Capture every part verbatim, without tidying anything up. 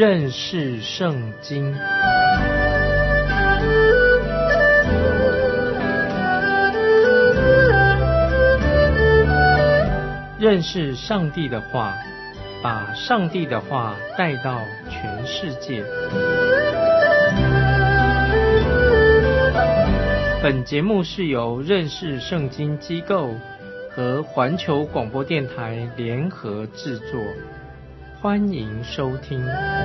认识圣经。认识上帝的话，把上帝的话带到全世界。本节目是由认识圣经机构和环球广播电台联合制作，欢迎收听。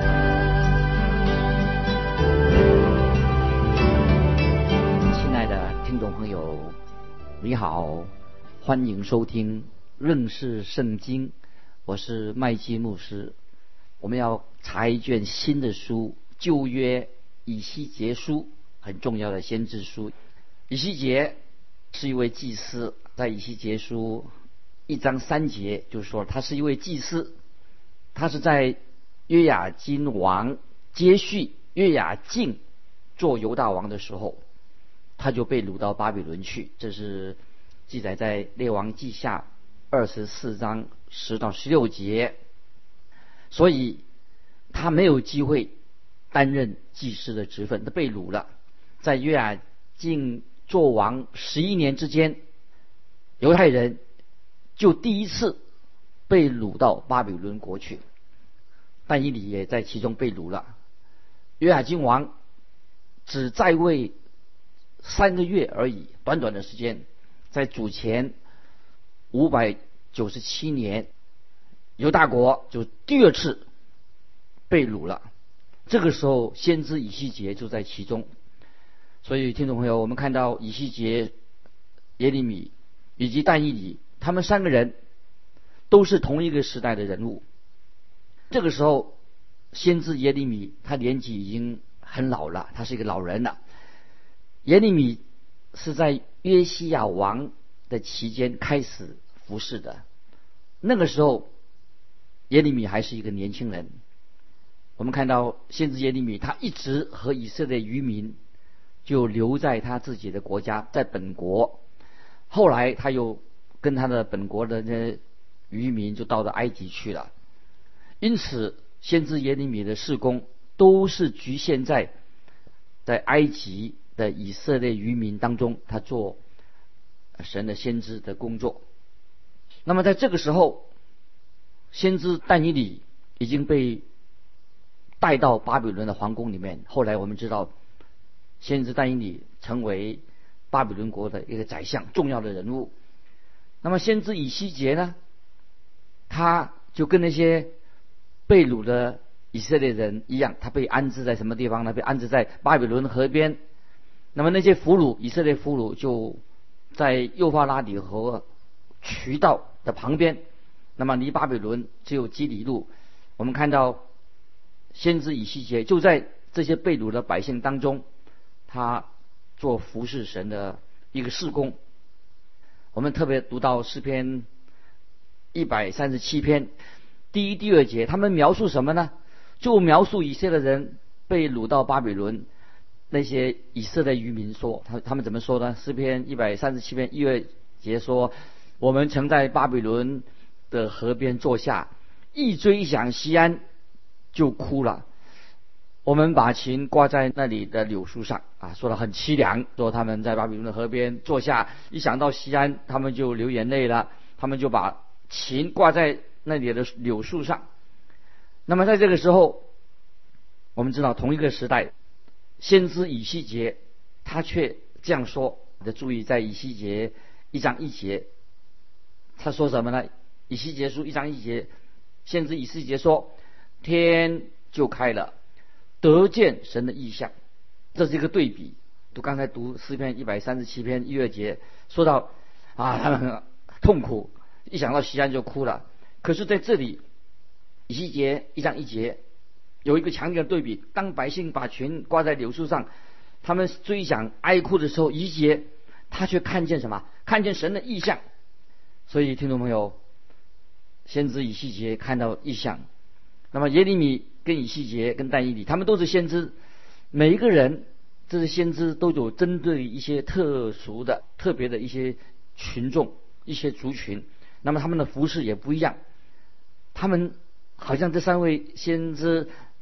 亲爱的听众朋友，你好，欢迎收听认识圣经，我是麦基牧师。我们要查一卷新的书，旧约以西结书，很重要的先知书。以西结是一位祭司，在以西结书一章三节就说他是一位祭司，他是在约雅斤王接续约雅敬做犹大王的时候，他就被掳到巴比伦去。这是记载在列王记下二十四章十到十六节，所以他没有机会担任祭司的职分，他被掳了。在约雅敬做王十一年之间，犹太人就第一次被掳到巴比伦国去，但以理也在其中被掳了。约雅敬王只在位三个月而已，短短的时间，在主前五百九十七年，犹大国就第二次被掳了。这个时候，先知以西结就在其中。所以，听众朋友，我们看到以西结、耶利米以及但以理，他们三个人都是同一个时代的人物。这个时候，先知耶利米他年纪已经很老了，他是一个老人了。耶利米是在约西亚王的期间开始服侍的，那个时候耶利米还是一个年轻人。我们看到先知耶利米他一直和以色列渔民就留在他自己的国家，在本国。后来他又跟他的本国的那些渔民就到了埃及去了。因此先知耶利米的事工都是局限在在埃及的以色列渔民当中，他做神的先知的工作。那么在这个时候，先知但以理已经被带到巴比伦的皇宫里面。后来我们知道，先知但以理成为巴比伦国的一个宰相，重要的人物。那么先知以西结呢，他就跟那些被掳的以色列人一样，他被安置在什么地方呢？被安置在巴比伦河边。那么那些俘虏，以色列俘虏就在幼发拉底河渠道的旁边，那么离巴比伦只有几里路。我们看到先知以西结就在这些被掳的百姓当中，他做服侍神的一个事工。我们特别读到诗篇一百三十七篇第一、第二节，他们描述什么呢？就描述以色列人被掳到巴比伦，那些以色列渔民说，他他们怎么说呢？诗篇一百三十七篇一二节说：我们曾在巴比伦的河边坐下，一追想西安就哭了。我们把琴挂在那里的柳树上啊，说得很凄凉，说他们在巴比伦的河边坐下，一想到西安，他们就流眼泪了。他们就把琴挂在那里的柳树上。那么在这个时候，我们知道同一个时代，先知以西结他却这样说。你注意，在以西结一章一节，他说什么呢？以西结书一章一节，先知以西结说：天就开了，得见神的异象。这是一个对比。读刚才读诗篇一百三十七篇一二节，说到啊，他们很痛苦，一想到西安就哭了。可是在这里，以西结一章一节有一个强烈的对比。当百姓把群挂在柳树上，他们追想哀哭的时候，以西结他却看见什么？看见神的异象。所以听众朋友，先知以西结看到异象。那么耶利米跟以西结跟但以理，他们都是先知。每一个人，这些先知都有针对一些特殊的、特别的一些群众、一些族群。那么他们的服饰也不一样。他们好像这三位先知，他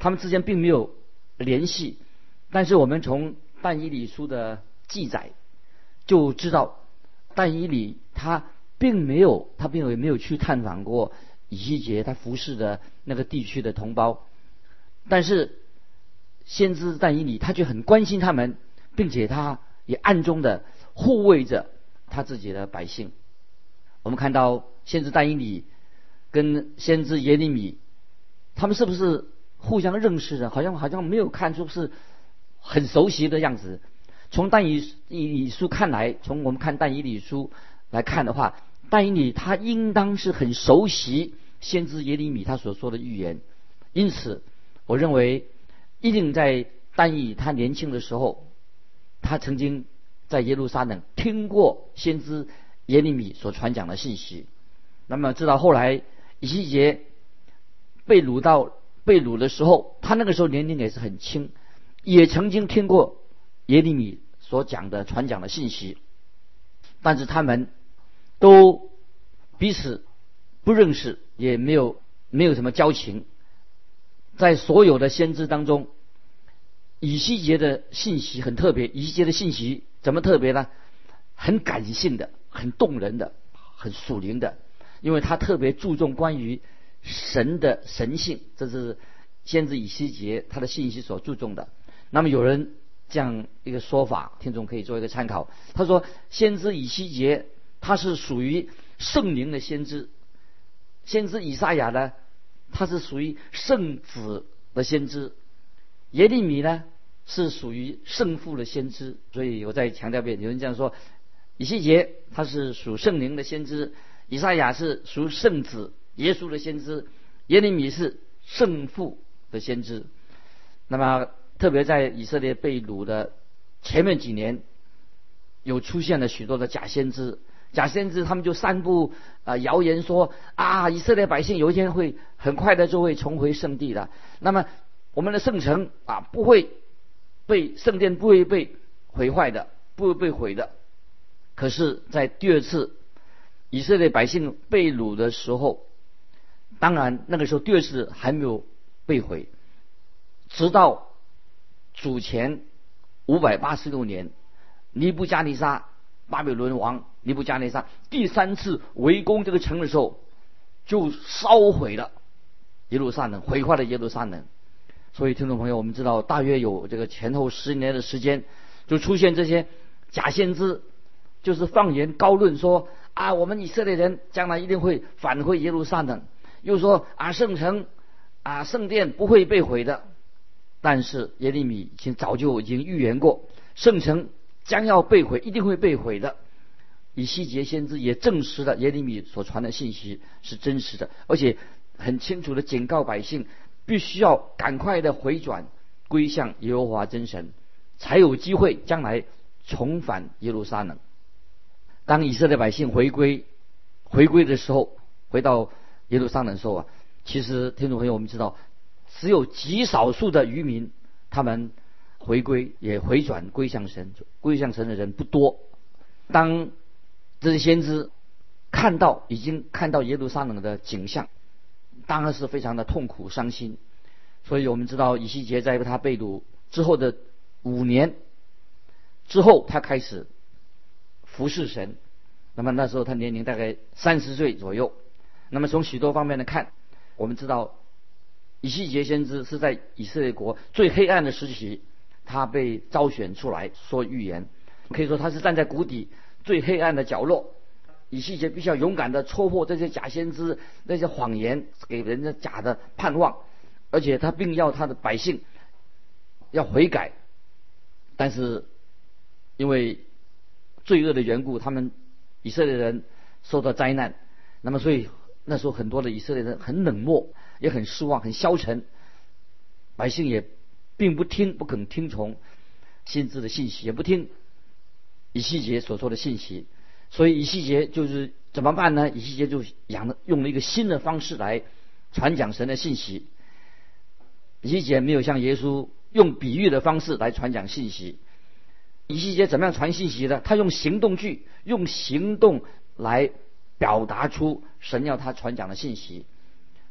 他们之间并没有联系。但是我们从但以理书的记载就知道，但以理他并没有他并没有去探访过以西结他服侍的那个地区的同胞，但是先知但以理他却很关心他们，并且他也暗中的护卫着他自己的百姓。我们看到先知但以理跟先知耶利米，他们是不是互相认识的？好像好像没有看出是很熟悉的样子。从但以理书看来，从我们看但以理书来看的话，但以理他应当是很熟悉先知耶利米他所说的预言。因此我认为一定在但以理他年轻的时候，他曾经在耶路撒冷听过先知耶利米所传讲的信息。那么知道后来以西结被掳到被掳的时候，他那个时候年龄也是很轻，也曾经听过耶利米所讲的传讲的信息，但是他们都彼此不认识，也没有没有什么交情。在所有的先知当中，以西结的信息很特别。以西结的信息怎么特别呢？很感性的，很动人的，很属灵的，因为他特别注重关于神的神性，这是先知以西结他的信息所注重的。那么有人这样一个说法，听众可以做一个参考。他说先知以西结他是属于圣灵的先知，先知以赛亚呢他是属于圣子的先知，耶利米呢是属于圣父的先知。所以我再强调一遍，有人这样说，以西结他是属圣灵的先知，以赛亚是属圣子耶稣的先知，耶利米是圣父的先知。那么特别在以色列被掳的前面几年，有出现了许多的假先知。假先知他们就散布啊谣言说啊，以色列百姓有一天会很快的就会重回圣地的。那么我们的圣城啊不会被圣殿不会被毁坏的，不会被毁的。可是，在第二次以色列百姓被掳的时候，当然那个时候第二次还没有被毁，直到主前五百八十六年，尼布加尼撒巴比伦王尼布加尼撒第三次围攻这个城的时候，就烧毁了耶路撒冷，毁坏了耶路撒冷。所以听众朋友，我们知道大约有这个前后十年的时间，就出现这些假先知，就是放言高论说啊，我们以色列人将来一定会返回耶路撒冷，又说啊圣城啊圣殿不会被毁的。但是耶利米已经早就已经预言过，圣城将要被毁，一定会被毁的。以西结先知也证实了耶利米所传的信息是真实的，而且很清楚的警告百姓，必须要赶快的回转归向耶和华真神，才有机会将来重返耶路撒冷。当以色列百姓回归回归的时候，回到耶路撒冷的时候啊，其实听众朋友，我们知道只有极少数的渔民他们回归，也回转归向神，归向神的人不多。当这些先知看到已经看到耶路撒冷的景象，当然是非常的痛苦伤心。所以我们知道以西结在他被掳之后的五年之后，他开始服侍神。那么那时候他年龄大概三十岁左右。那么从许多方面来看，我们知道以西结先知是在以色列国最黑暗的时期，他被招选出来说预言，可以说他是站在谷底最黑暗的角落。以西结必须要勇敢的戳破这些假先知那些谎言，给人家假的盼望，而且他并要他的百姓要悔改。但是因为罪恶的缘故，他们以色列人受到灾难，那么所以那时候很多的以色列人很冷漠，也很失望，很消沉，百姓也并不听不肯听从先知的信息，也不听以西结所说的信息。所以以西结就是怎么办呢？以西结就养了用了一个新的方式来传讲神的信息。以西结没有像耶稣用比喻的方式来传讲信息。以西结怎么样传信息呢？他用行动句，用行动来表达出神要他传讲的信息。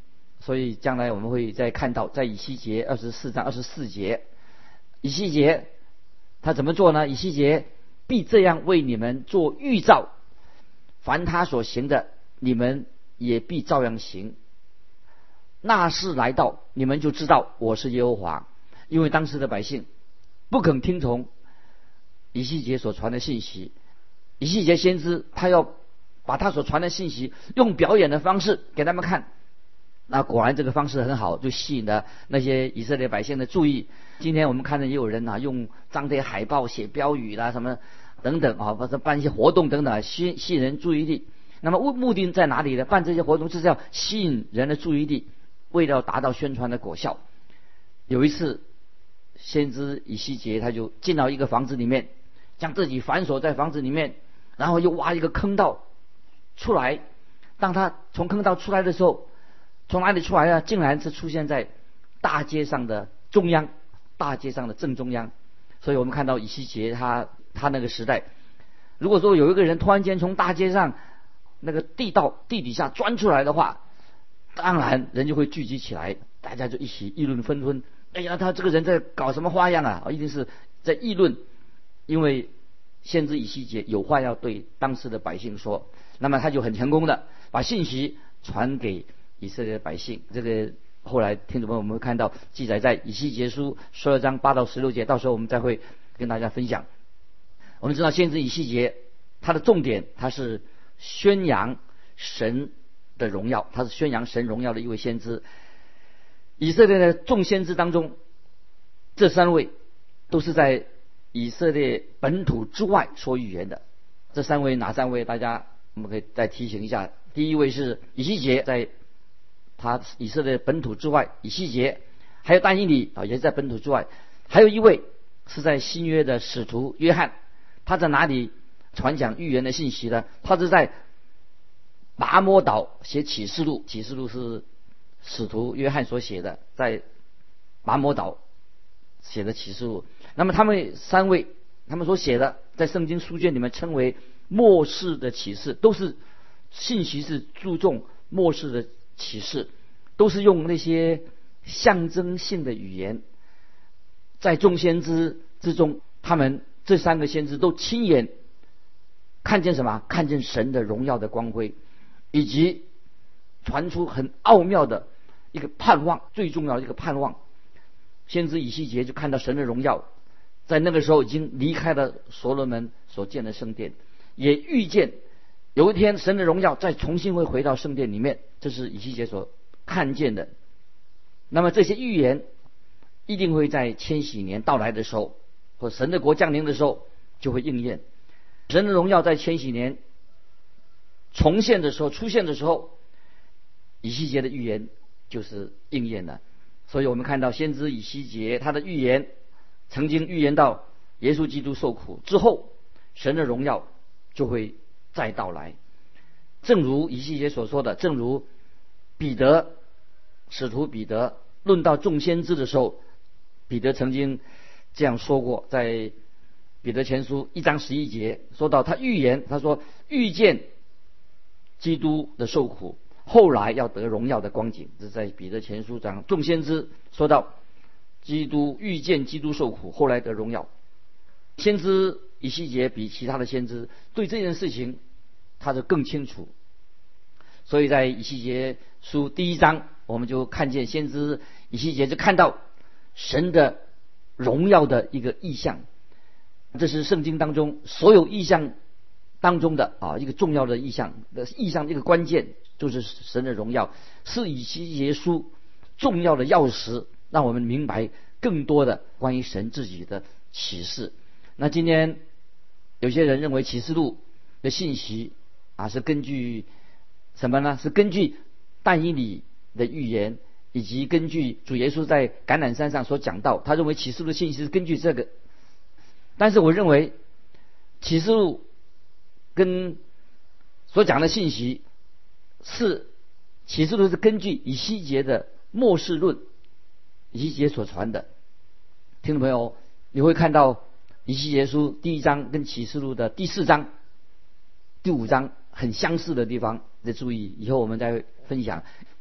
所以将来我们会再看到，在以西结二十四章二十四节，以西结他怎么做呢？以西结必这样为你们做预兆，凡他所行的，你们也必照样行。那事来到，你们就知道我是耶和华。因为当时的百姓不肯听从以西结所传的信息，以西结先知他要把他所传的信息用表演的方式给他们看，那果然这个方式很好，就吸引了那些以色列百姓的注意。今天我们看到也有人啊，用张贴海报、写标语啦什么等等啊，或者办一些活动等等，吸吸引人注意力。那么目的在哪里呢？办这些活动就是要吸引人的注意力，为了达到宣传的果效。有一次，先知以西结他就进到一个房子里面，将自己反锁在房子里面，然后又挖一个坑道出来。当他从坑道出来的时候，从哪里出来呢？竟然是出现在大街上的中央，大街上的正中央。所以我们看到以西结他他那个时代，如果说有一个人突然间从大街上那个地道地底下钻出来的话，当然人就会聚集起来，大家就一起议论纷纷。哎呀，他这个人在搞什么花样啊？一定是在议论，因为先知以西结有话要对当时的百姓说，那么他就很成功的把信息传给以色列的百姓。这个后来听众朋友们会看到记载在以西结书十二章八到十六节，到时候我们再会跟大家分享。我们知道先知以西结他的重点，他是宣扬神的荣耀，他是宣扬神荣耀的一位先知。以色列的众先知当中，这三位都是在以色列本土之外说预言的。这三位哪三位？大家我们可以再提醒一下。第一位是以西结，在他以色列本土之外，以西结，还有但以理啊，也是在本土之外。还有一位是在新约的使徒约翰，他在哪里传讲预言的信息呢？他是在拔摩岛写启示录，启示录是使徒约翰所写的，在拔摩岛写的启示录。那么他们三位，他们所写的在圣经书卷里面称为末世的启示，都是信息是注重末世的启示，都是用那些象征性的语言。在众先知之中，他们这三个先知都亲眼看见什么？看见神的荣耀的光辉，以及传出很奥妙的一个盼望，最重要的一个盼望。先知以西结就看到神的荣耀，在那个时候已经离开了所罗门所建的圣殿，也预见有一天神的荣耀再重新会回到圣殿里面，这是以西结所看见的。那么这些预言一定会在千禧年到来的时候，或神的国降临的时候就会应验。神的荣耀在千禧年重现的时候，出现的时候，以西结的预言就是应验了。所以我们看到先知以西结他的预言曾经预言到耶稣基督受苦之后，神的荣耀就会再到来。正如以西结所说的，正如彼得使徒彼得论到众先知的时候，彼得曾经这样说过，在彼得前书一章十一节说到，他预言，他说预见基督的受苦，后来要得荣耀的光景。这是在彼得前书章众先知说到基督预见基督受苦，后来得荣耀。先知以西结比其他的先知对这件事情他就更清楚，所以在以西结书第一章，我们就看见先知以西结就看到神的荣耀的一个意象。这是圣经当中所有意象当中的啊一个重要的意象的意象，一个关键就是神的荣耀，是以西结书重要的钥匙，让我们明白更多的关于神自己的启示。那今天有些人认为启示录的信息啊是根据什么呢？是根据但以理的预言，以及根据主耶稣在橄榄山上所讲到，他认为启示录的信息是根据这个。但是我认为启示录跟所讲的信息是启示录是根据以西结的末世论，以西结所传的。听众朋友，你会看到以西结书第一章跟启示录的第四章、第五章很相似的地方，得注意，以后我们再分享。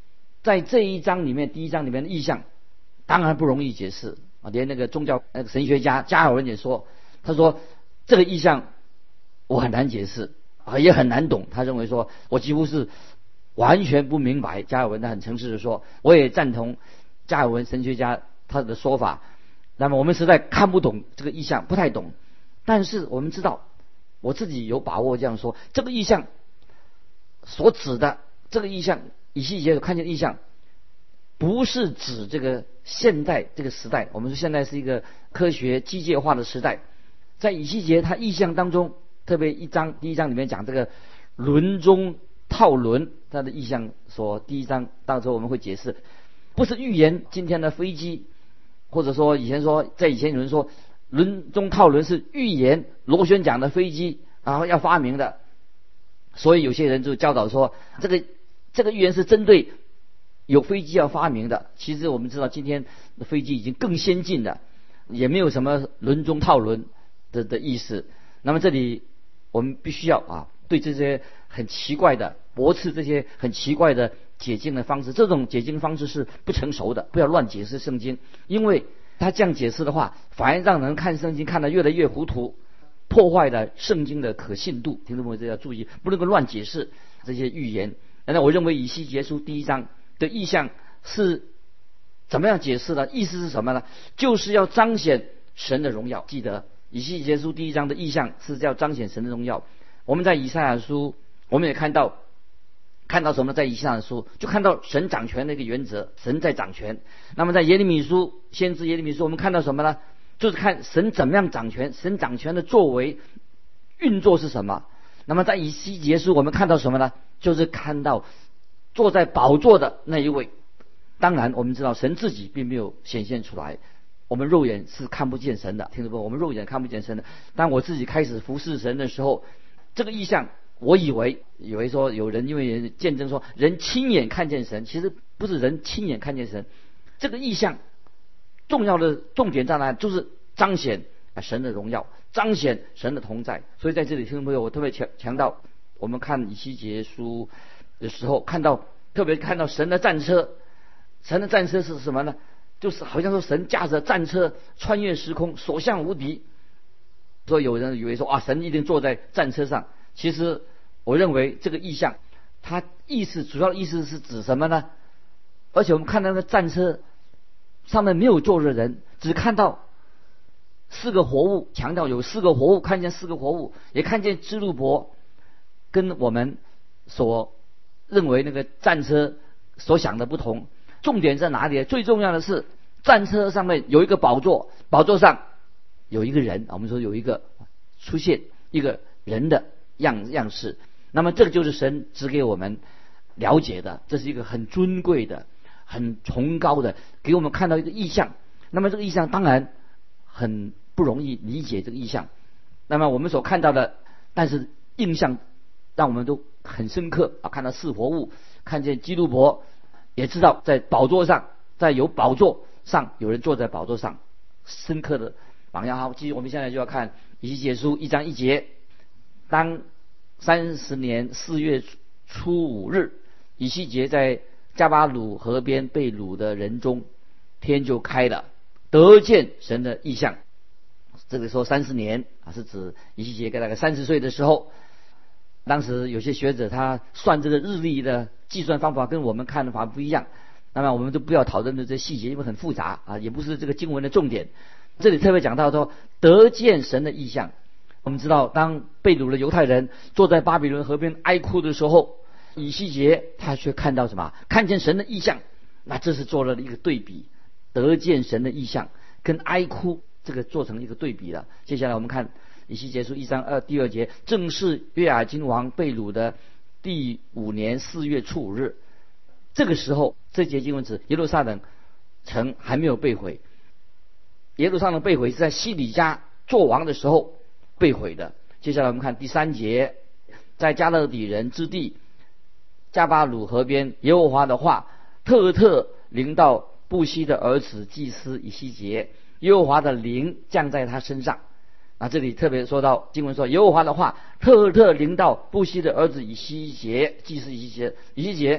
在这一章里面，第一章里面的意象当然不容易解释啊，连那个宗教那个神学家加尔文也说，他说这个意象我很难解释啊，也很难懂。他认为说我几乎是完全不明白。加尔文他很诚实的说，我也赞同加尔文神学家他的说法。那么我们实在看不懂这个意象，不太懂。但是我们知道，我自己有把握这样说，这个意象所指的这个意象，以西结所看见的意象，不是指这个现代这个时代。我们说现在是一个科学机械化的时代，在以西结他意象当中，特别一章第一章里面讲这个轮中套轮，他的意象所第一章到时候我们会解释，不是预言今天的飞机，或者说以前说在以前有人说轮中套轮是预言螺旋桨的飞机然后要发明的，所以有些人就教导说这个这个预言是针对有飞机要发明的。其实我们知道今天的飞机已经更先进了，也没有什么轮中套轮的的意思。那么这里我们必须要啊，对这些很奇怪的驳斥这些很奇怪的解经的方式，这种解经方式是不成熟的，不要乱解释圣经，因为他这样解释的话，反而让人看圣经看得越来越糊涂，破坏了圣经的可信度。听众朋友要注意，不能够乱解释这些预言。那我认为以西结书第一章的意象是怎么样解释的？意思是什么呢？就是要彰显神的荣耀。记得以西结书第一章的意象是要彰显神的荣耀。我们在以赛亚书我们也看到看到什么？在以赛亚书就看到神掌权的一个原则，神在掌权。那么在耶利米书先知耶利米书我们看到什么呢？就是看神怎么样掌权，神掌权的作为运作是什么。那么在以西结书我们看到什么呢？就是看到坐在宝座的那一位。当然我们知道神自己并没有显现出来，我们肉眼是看不见神的，听众朋友，我们肉眼看不见神的。当我自己开始服侍神的时候，这个意象我以为以为说有人因为人见证说人亲眼看见神，其实不是人亲眼看见神。这个意象重要的重点在哪？就是彰显神的荣耀，彰显神的同在。所以在这里听众朋友，我特别强强调，我们看以西结书的时候，看到特别看到神的战车。神的战车是什么呢？就是好像说神驾着战车穿越时空，所向无敌。所以有人以为说啊，神一定坐在战车上。其实我认为这个意象它意思主要的意思是指什么呢？而且我们看到那个战车上面没有坐着人，只看到四个活物，强调有四个活物，看见四个活物，也看见基路伯，跟我们所认为那个战车所想的不同。重点在哪里？最重要的是战车上面有一个宝座，宝座上有一个人，我们说有一个出现一个人的样样式。那么这个就是神指给我们了解的，这是一个很尊贵的很崇高的，给我们看到一个意象。那么这个意象当然很不容易理解这个意象，那么我们所看到的但是印象让我们都很深刻啊！看到四活物，看见基督伯，也知道在宝座上，在有宝座上有人坐在宝座上，深刻的榜样。好，继续我们现在就要看以西结书一章一节。当三十年四月初五日，以西结在加巴鲁河边被掳的人中，天就开了，得见神的异象。这个说三十年啊，是指以西结大概三十岁的时候。当时有些学者他算这个日历的计算方法跟我们看的法不一样，那么我们就不要讨论的这细节，因为很复杂啊，也不是这个经文的重点。这里特别讲到说得见神的异象。我们知道当被掳的犹太人坐在巴比伦河边哀哭的时候，以西结他却看到什么？看见神的异象。那这是做了一个对比，得见神的异象跟哀哭这个做成一个对比了。接下来我们看以西结书一章二第二节，正是约雅斤王被掳的第五年四月初五日。这个时候这节经文指耶路撒冷城还没有被毁，耶路撒冷被毁是在西底家做王的时候被毁的。接下来我们看第三节，在加勒底人之地加巴鲁河边，耶和华的话特特临到布西的儿子祭司以西结，耶和华的灵降在他身上。啊，这里特别说到经文说耶和华的话特特临到布西的儿子以西结，祭司以西结，以西结他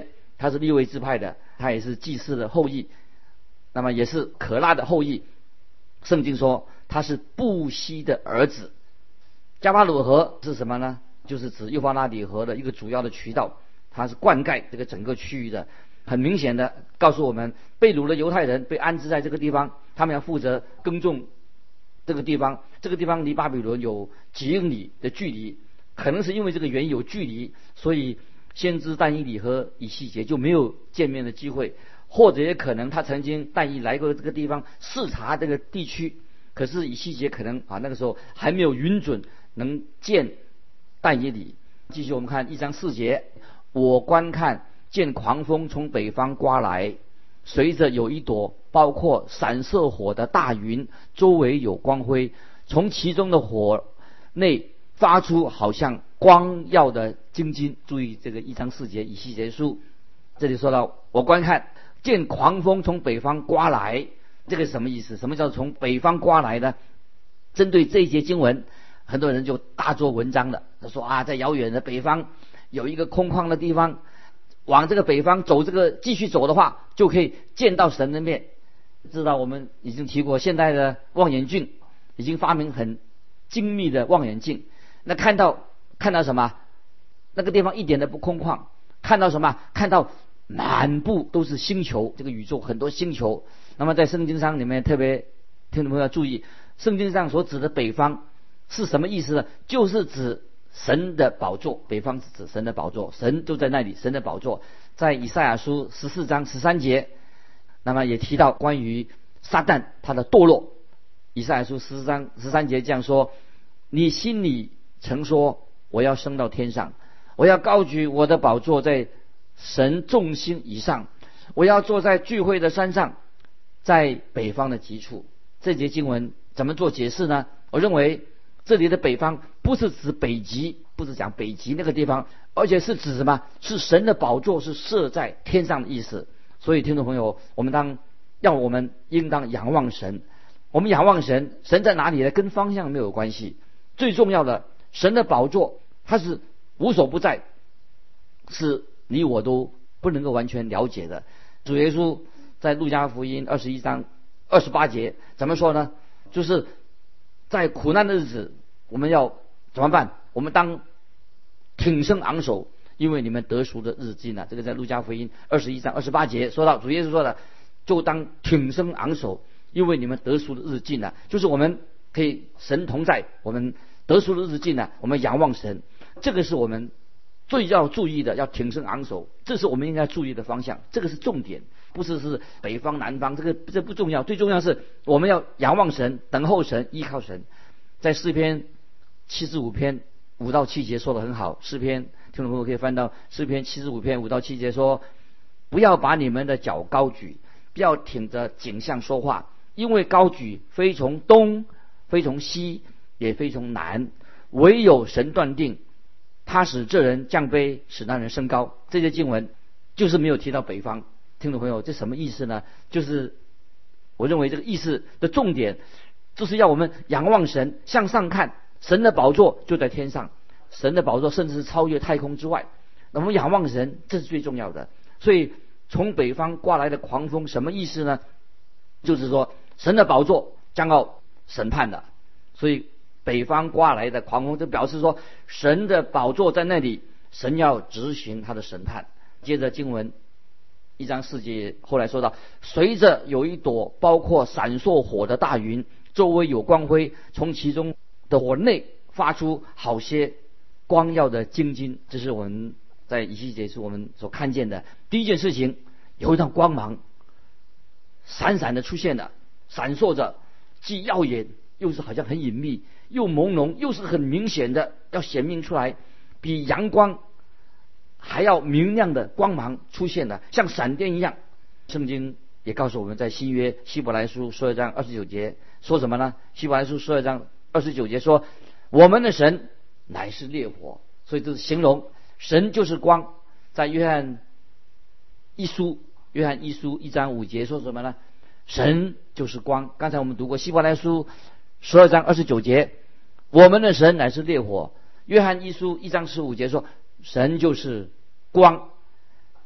他是利未支派的，他也是祭司的后裔，那么也是可拉的后裔。圣经说他是布西的儿子。加巴鲁河是什么呢？就是指幼发拉底河的一个主要的渠道，它是灌溉这个整个区域的。很明显的告诉我们，被掳的犹太人被安置在这个地方，他们要负责耕种这个地方。这个地方离巴比伦有几英里的距离，可能是因为这个原因有距离，所以先知但以理和以西结就没有见面的机会，或者也可能他曾经但以理来过这个地方视察这个地区，可是以西结可能啊那个时候还没有允准能见但以理。继续我们看一章四节，我观看见狂风从北方刮来，随着有一朵包括闪射火的大云，周围有光辉，从其中的火内发出好像光耀的晶晶。注意这个一章四节以西结书，这里说到我观看见狂风从北方刮来，这个什么意思？什么叫从北方刮来呢？针对这一节经文，很多人就大做文章了。他说啊，在遥远的北方有一个空旷的地方，往这个北方走，这个继续走的话，就可以见到神的面。知道我们已经提过，现代的望远镜已经发明很精密的望远镜，那看到看到什么？那个地方一点都不空旷，看到什么？看到满布都是星球，这个宇宙很多星球。那么在圣经上里面特别听众朋友要注意，圣经上所指的北方是什么意思呢？就是指神的宝座，北方是指神的宝座，神就在那里，神的宝座。在以赛亚书十四章十三节，那么也提到关于撒旦他的堕落。以赛亚书十四章十三节这样说：你心里曾说，我要升到天上，我要高举我的宝座在神众星以上，我要坐在聚会的山上，在北方的极处。这节经文怎么做解释呢？我认为这里的北方不是指北极，不是讲北极那个地方，而且是指什么？是神的宝座是设在天上的意思。所以听众朋友，我们当要我们应当仰望神。我们仰望神，神在哪里呢？跟方向没有关系。最重要的，神的宝座它是无所不在，是你我都不能够完全了解的。主耶稣在路加福音二十一章二十八节怎么说呢？就是在苦难的日子，我们要怎么办？我们当挺身昂首，因为你们得赎的日近了。这个在路加福音二十一章二十八节说到，主耶稣说的，就当挺身昂首，因为你们得赎的日近了。就是我们可以神同在，我们得赎的日子近了，我们仰望神，这个是我们最要注意的，要挺身昂首，这是我们应该注意的方向，这个是重点，不是是北方南方，这个这不重要，最重要是我们要仰望神，等候神，依靠神。在诗篇七十五篇五到七节说得很好，诗篇听众朋友可以翻到诗篇七十五篇五到七节说：不要把你们的脚高举，不要挺着颈项说话，因为高举非从东，非从西，也非从南，唯有神断定，他使这人降卑，使那人升高。这些经文就是没有提到北方。听众朋友，这什么意思呢？就是我认为这个意思的重点就是要我们仰望神，向上看，神的宝座就在天上，神的宝座甚至是超越太空之外。那我们仰望神，这是最重要的。所以从北方刮来的狂风什么意思呢？就是说神的宝座将要审判的。所以北方刮来的狂风就表示说神的宝座在那里，神要执行他的审判。接着经文一章四节后来说到，随着有一朵包括闪烁火的大云，周围有光辉，从其中的火内发出好些光耀的晶晶。这是我们在以西结书我们所看见的第一件事情，有一道光芒闪闪的出现了，闪烁着，既耀眼又是好像很隐秘，又朦胧，又是很明显的要显明出来，比阳光还要明亮的光芒出现了，像闪电一样。圣经也告诉我们，在新约希伯来书十二章二十九节说什么呢？希伯来书十二章二十九节说，我们的神乃是烈火。所以这是形容神就是光。在约翰一书约翰一书一章五节说什么呢？神就是光。刚才我们读过希伯来书十二章二十九节，我们的神乃是烈火。约翰一书一章十五节说，神就是光。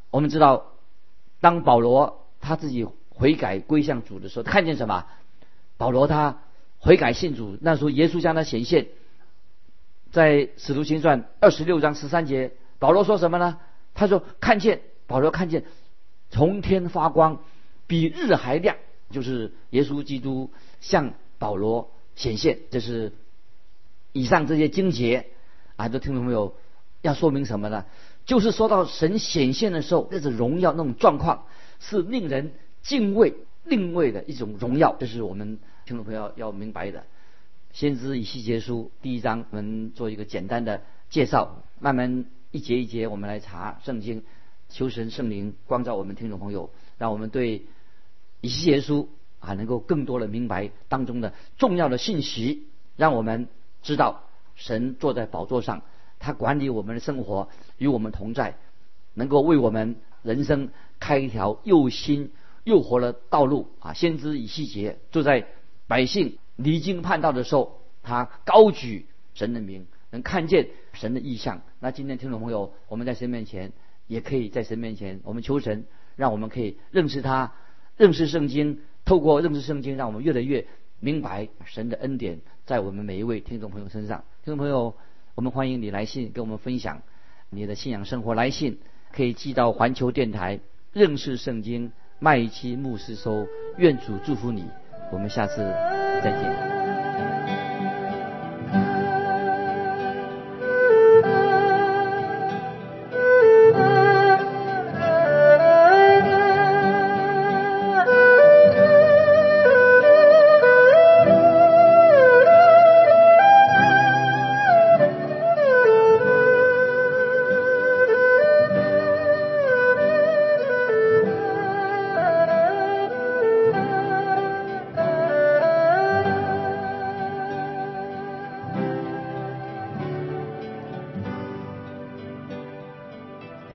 我们知道，当保罗他自己悔改归向主的时候，他看见什么？保罗他悔改信主，那时候耶稣向他显现，在使徒行传二十六章十三节，保罗说什么呢？他说看见，保罗看见从天发光，比日还亮，就是耶稣基督向保罗显现。这是以上这些经节啊，都听众朋友要说明什么呢？就是说到神显现的时候，那种荣耀那种状况是令人敬畏另类的一种荣耀，这是我们听众朋友要明白的。先知以西结书第一章，我们做一个简单的介绍，慢慢一节一节我们来查圣经，求神圣灵光照我们听众朋友，让我们对以西结书啊能够更多的明白当中的重要的信息，让我们知道神坐在宝座上，他管理我们的生活，与我们同在，能够为我们人生开一条又新又活的道路啊！先知以西结就在百姓离经叛道的时候，他高举神的名，能看见神的意象。那今天听众朋友，我们在神面前也可以在神面前，我们求神让我们可以认识他，认识圣经，透过认识圣经，让我们越来越明白神的恩典在我们每一位听众朋友身上。听众朋友，我们欢迎你来信跟我们分享你的信仰生活，来信可以寄到环球电台认识圣经麦基牧师收。愿主祝福你，我们下次再见。